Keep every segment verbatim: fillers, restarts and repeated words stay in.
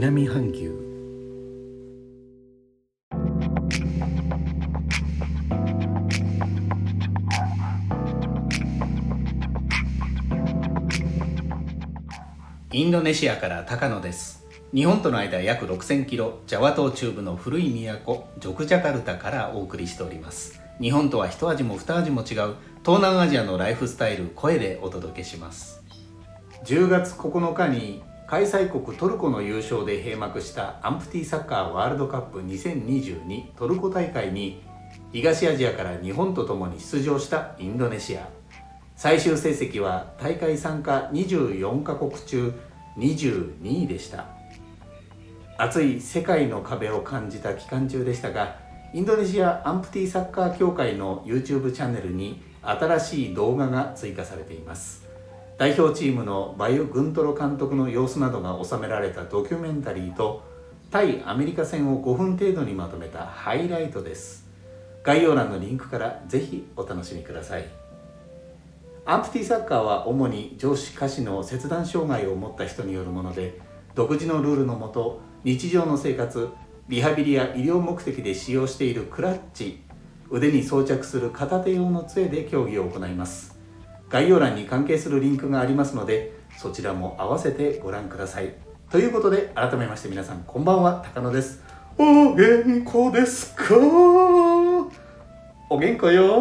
南半球。インドネシアから高野です。日本との間約ろくせんキロ、ジャワ島中部の古い都ジョクジャカルタからお送りしております。日本とは一味も二味も違う東南アジアのライフスタイル、声でお届けします。じゅうがつここのかに開催国トルコの優勝で閉幕したアンプティサッカーワールドカップにせんにじゅうにトルコ大会に東アジアから日本とともに出場したインドネシア。最終成績は大会参加にじゅうよんカ国中にじゅうにいでした。熱い世界の壁を感じた期間中でしたが、インドネシアアンプティサッカー協会の YouTube チャンネルに新しい動画が追加されています。代表チームのバユ・グントロ監督の様子などが収められたドキュメンタリーと、対アメリカ戦をごふん程度にまとめたハイライトです。概要欄のリンクからぜひお楽しみください。アンプティサッカーは主に上肢下肢の切断障害を持った人によるもので、独自のルールのもと日常の生活、リハビリや医療目的で使用しているクラッチ、腕に装着する片手用の杖で競技を行います。概要欄に関係するリンクがありますので、そちらも合わせてご覧ください。ということで、改めまして皆さんこんばんは、高野です。お元気ですか？お元気よ。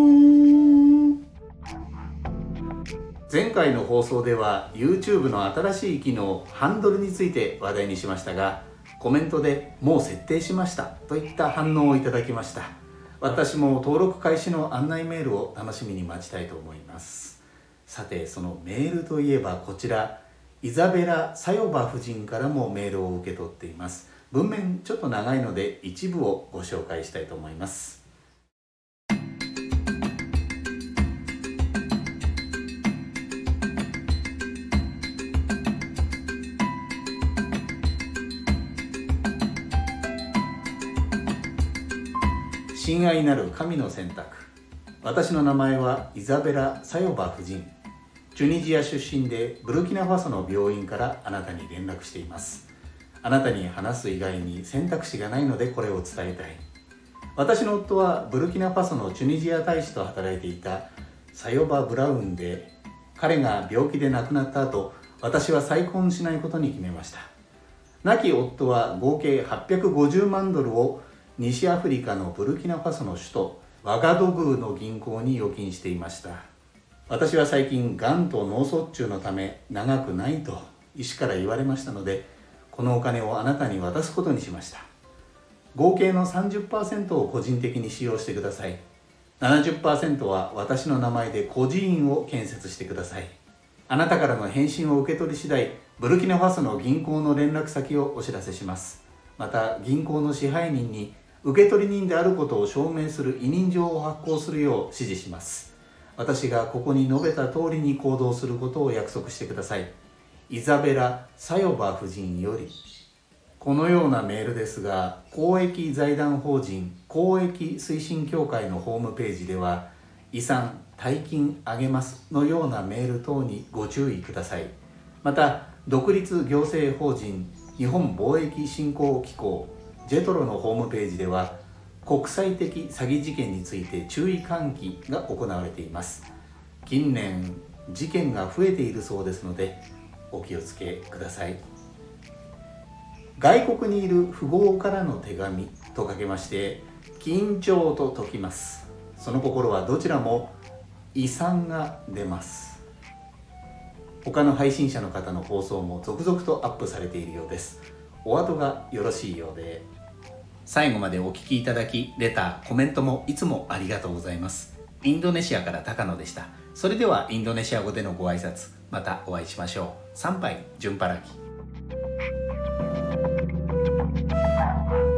前回の放送では YouTube の新しい機能ハンドルについて話題にしましたが、コメントでもう設定しましたといった反応をいただきました。私も登録開始の案内メールを楽しみに待ちたいと思います。さて、そのメールといえばこちら、イザベラ・サヨバ夫人からもメールを受け取っています。文面ちょっと長いので一部をご紹介したいと思います。親愛なる神の選択。私の名前はイザベラ・サヨバ夫人。チュニジア出身でブルキナファソの病院からあなたに連絡しています。あなたに話す以外に選択肢がないのでこれを伝えたい。私の夫はブルキナファソのチュニジア大使と働いていたサヨバ・ブラウンで、彼が病気で亡くなった後、私は再婚しないことに決めました。亡き夫は合計はっぴゃくごじゅうまんドルを西アフリカのブルキナファソの首都ワガドグーの銀行に預金していました。私は最近がんと脳卒中のため長くないと医師から言われましたので、このお金をあなたに渡すことにしました。合計の さんじゅっパーセント を個人的に使用してください。ななじゅっパーセント は私の名前で孤児院を建設してください。あなたからの返信を受け取り次第、ブルキナファソの銀行の連絡先をお知らせします。また銀行の支配人に受取人であることを証明する委任状を発行するよう指示します。私がここに述べた通りに行動することを約束してください。イザベラ・サヨバ夫人より。このようなメールですが、公益財団法人公益推進協会のホームページでは、遺産・大金あげますのようなメール等にご注意ください。また、独立行政法人日本貿易振興機構ジェトロのホームページでは、国際的詐欺事件について注意喚起が行われています。近年事件が増えているそうですのでお気をつけください。外国にいる富豪からの手紙とかけまして、緊張と解きます。その心はどちらも遺産が出ます。他の配信者の方の放送も続々とアップされているようです。お後がよろしいようで。最後までお聞きいただき、レター、コメントもいつもありがとうございます。インドネシアから高野でした。それではインドネシア語でのご挨拶、またお会いしましょう。参拝順払き。